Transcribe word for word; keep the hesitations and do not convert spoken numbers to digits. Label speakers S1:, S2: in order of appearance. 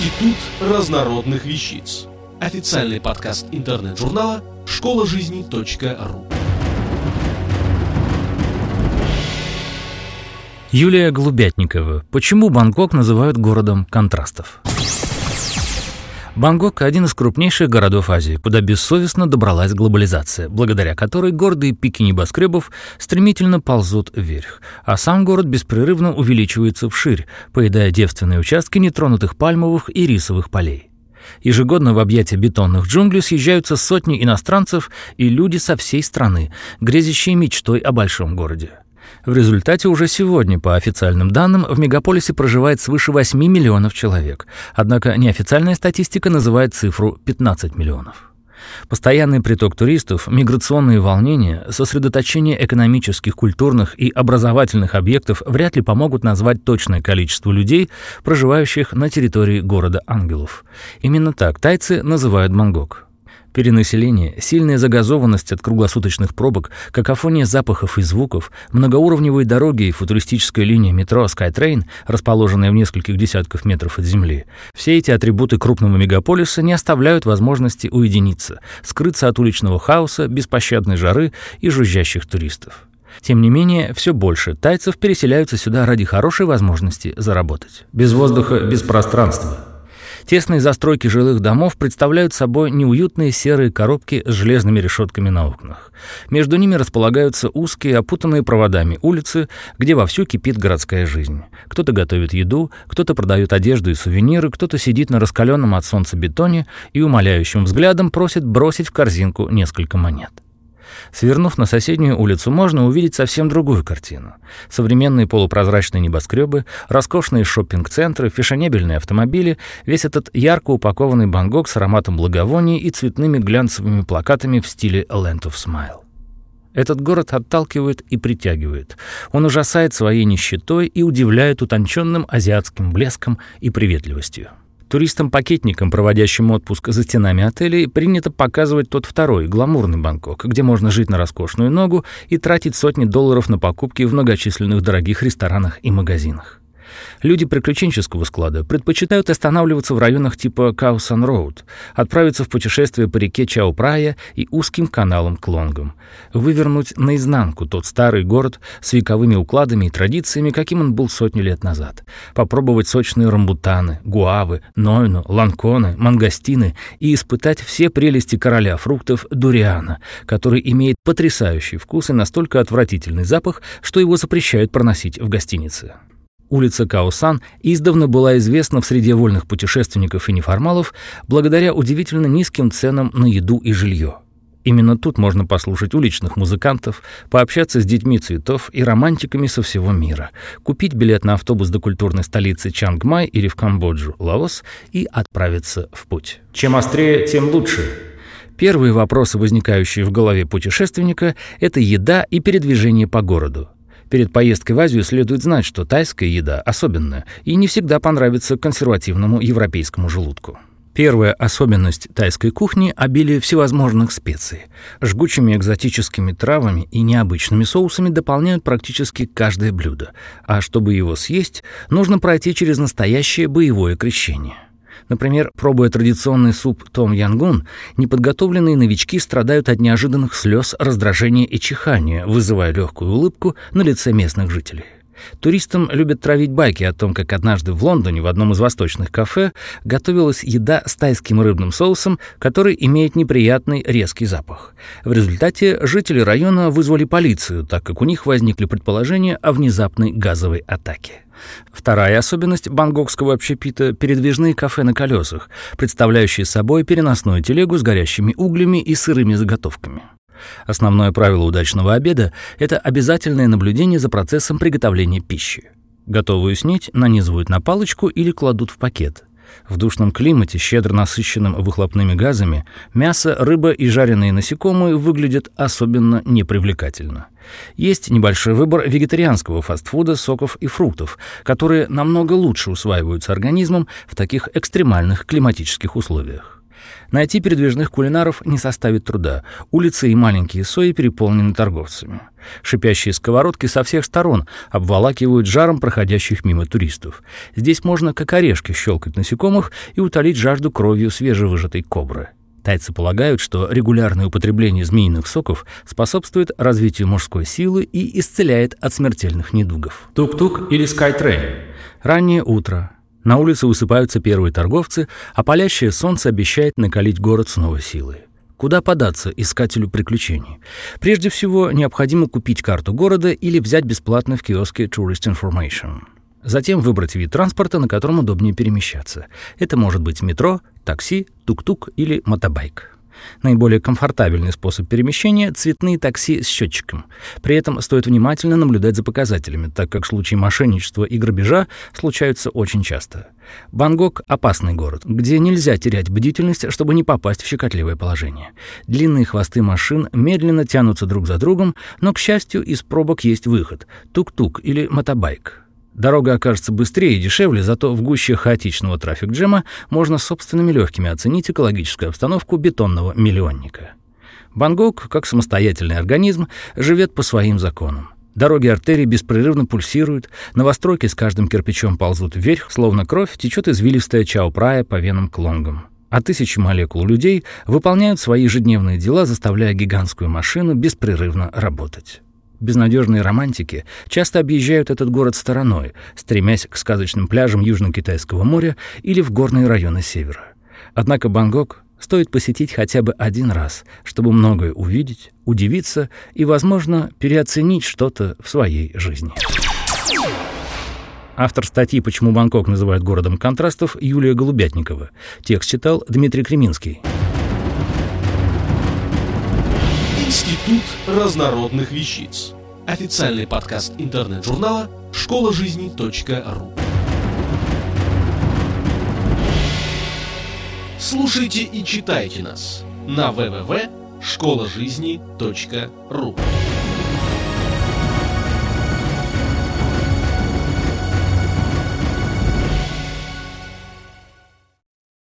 S1: Институт разнородных вещиц. Официальный подкаст интернет-журнала школа жизни точка ру.
S2: Юлия Голубятникова. Почему Бангкок называют городом контрастов? Бангкок – один из крупнейших городов Азии, куда бессовестно добралась глобализация, благодаря которой гордые пики небоскребов стремительно ползут вверх, а сам город беспрерывно увеличивается вширь, поедая девственные участки нетронутых пальмовых и рисовых полей. Ежегодно в объятия бетонных джунглей съезжаются сотни иностранцев и люди со всей страны, грезящие мечтой о большом городе. В результате уже сегодня, по официальным данным, в мегаполисе проживает свыше восьми миллионов человек, однако неофициальная статистика называет цифру пятнадцать миллионов. Постоянный приток туристов, миграционные волнения, сосредоточение экономических, культурных и образовательных объектов вряд ли помогут назвать точное количество людей, проживающих на территории города ангелов. Именно так тайцы называют Бангкок. Перенаселение, сильная загазованность от круглосуточных пробок, какофония запахов и звуков, многоуровневые дороги и футуристическая линия метро SkyTrain, расположенная в нескольких десятков метров от земли, все эти атрибуты крупного мегаполиса не оставляют возможности уединиться, скрыться от уличного хаоса, беспощадной жары и жужжащих туристов. Тем не менее, все больше тайцев переселяются сюда ради хорошей возможности заработать. Без воздуха, без пространства. Тесные застройки жилых домов представляют собой неуютные серые коробки с железными решетками на окнах. Между ними располагаются узкие, опутанные проводами улицы, где вовсю кипит городская жизнь. Кто-то готовит еду, кто-то продает одежду и сувениры, кто-то сидит на раскаленном от солнца бетоне и умоляющим взглядом просит бросить в корзинку несколько монет. Свернув на соседнюю улицу, можно увидеть совсем другую картину. Современные полупрозрачные небоскребы, роскошные шоппинг-центры, фешенебельные автомобили, весь этот ярко упакованный Бангкок с ароматом благовоний и цветными глянцевыми плакатами в стиле «Land of Smile». Этот город отталкивает и притягивает. Он ужасает своей нищетой и удивляет утонченным азиатским блеском и приветливостью. Туристам-пакетникам, проводящим отпуск за стенами отелей, принято показывать тот второй, гламурный Бангкок, где можно жить на роскошную ногу и тратить сотни долларов на покупки в многочисленных дорогих ресторанах и магазинах. Люди приключенческого склада предпочитают останавливаться в районах типа Каосан-Роуд, отправиться в путешествие по реке Чао-Прая и узким каналам Клонгом, вывернуть наизнанку тот старый город с вековыми укладами и традициями, каким он был сотню лет назад, попробовать сочные рамбутаны, гуавы, нойну, ланконы, мангостины и испытать все прелести короля фруктов дуриана, который имеет потрясающий вкус и настолько отвратительный запах, что его запрещают проносить в гостинице. Улица Каосан издавна была известна в среде вольных путешественников и неформалов благодаря удивительно низким ценам на еду и жилье. Именно тут можно послушать уличных музыкантов, пообщаться с детьми цветов и романтиками со всего мира, купить билет на автобус до культурной столицы Чангмай или в Камбоджу, Лаос и отправиться в путь. Чем острее, тем лучше. Первые вопросы, возникающие в голове путешественника, это еда и передвижение по городу. Перед поездкой в Азию следует знать, что тайская еда особенная и не всегда понравится консервативному европейскому желудку. Первая особенность тайской кухни – обилие всевозможных специй. Жгучими экзотическими травами и необычными соусами дополняют практически каждое блюдо, а чтобы его съесть, нужно пройти через настоящее боевое крещение. Например, пробуя традиционный суп том янгун, неподготовленные новички страдают от неожиданных слез, раздражения и чихания, вызывая легкую улыбку на лице местных жителей. Туристам любят травить байки о том, как однажды в Лондоне в одном из восточных кафе готовилась еда с тайским рыбным соусом, который имеет неприятный резкий запах. В результате жители района вызвали полицию, так как у них возникли предположения о внезапной газовой атаке. Вторая особенность бангкокского общепита – передвижные кафе на колесах, представляющие собой переносную телегу с горящими углями и сырыми заготовками. Основное правило удачного обеда – это обязательное наблюдение за процессом приготовления пищи. Готовую снеть нанизывают на палочку или кладут в пакет. В душном климате, щедро насыщенном выхлопными газами, мясо, рыба и жареные насекомые выглядят особенно непривлекательно. Есть небольшой выбор вегетарианского фастфуда, соков и фруктов, которые намного лучше усваиваются организмом в таких экстремальных климатических условиях. Найти передвижных кулинаров не составит труда. Улицы и маленькие сои переполнены торговцами. Шипящие сковородки со всех сторон обволакивают жаром проходящих мимо туристов. Здесь можно как орешки щелкать насекомых и утолить жажду кровью свежевыжатой кобры. Тайцы полагают, что регулярное употребление змеиных соков способствует развитию мужской силы и исцеляет от смертельных недугов. Тук-тук или скайтрейн. Раннее утро. На улице высыпаются первые торговцы, а палящее солнце обещает накалить город с новой силой. Куда податься искателю приключений? Прежде всего, необходимо купить карту города или взять бесплатно в киоске Tourist Information. Затем выбрать вид транспорта, на котором удобнее перемещаться. Это может быть метро, такси, тук-тук или мотобайк. Наиболее комфортабельный способ перемещения – цветные такси с счетчиком. При этом стоит внимательно наблюдать за показателями, так как случаи мошенничества и грабежа случаются очень часто. Бангкок – опасный город, где нельзя терять бдительность, чтобы не попасть в щекотливое положение. Длинные хвосты машин медленно тянутся друг за другом, но, к счастью, из пробок есть выход – тук-тук или мотобайк. Дорога окажется быстрее и дешевле, зато в гуще хаотичного трафик-джема можно собственными легкими оценить экологическую обстановку бетонного миллионника. Бангкок, как самостоятельный организм, живет по своим законам. Дороги артерий беспрерывно пульсируют, новостройки с каждым кирпичом ползут вверх, словно кровь течет извилистая чао-прая по венам Клонгам. А тысячи молекул людей выполняют свои ежедневные дела, заставляя гигантскую машину беспрерывно работать. Безнадежные романтики часто объезжают этот город стороной, стремясь к сказочным пляжам Южно-Китайского моря или в горные районы севера. Однако Бангкок стоит посетить хотя бы один раз, чтобы многое увидеть, удивиться и, возможно, переоценить что-то в своей жизни. Автор статьи «Почему Бангкок называют городом контрастов» Юлия Голубятникова. Текст читал Дмитрий Креминский.
S1: Институт разнородных вещиц. Официальный подкаст интернет-журнала школа жизни точка ру. Слушайте и читайте нас на дабл ю дабл ю дабл ю точка школа жизни точка ру.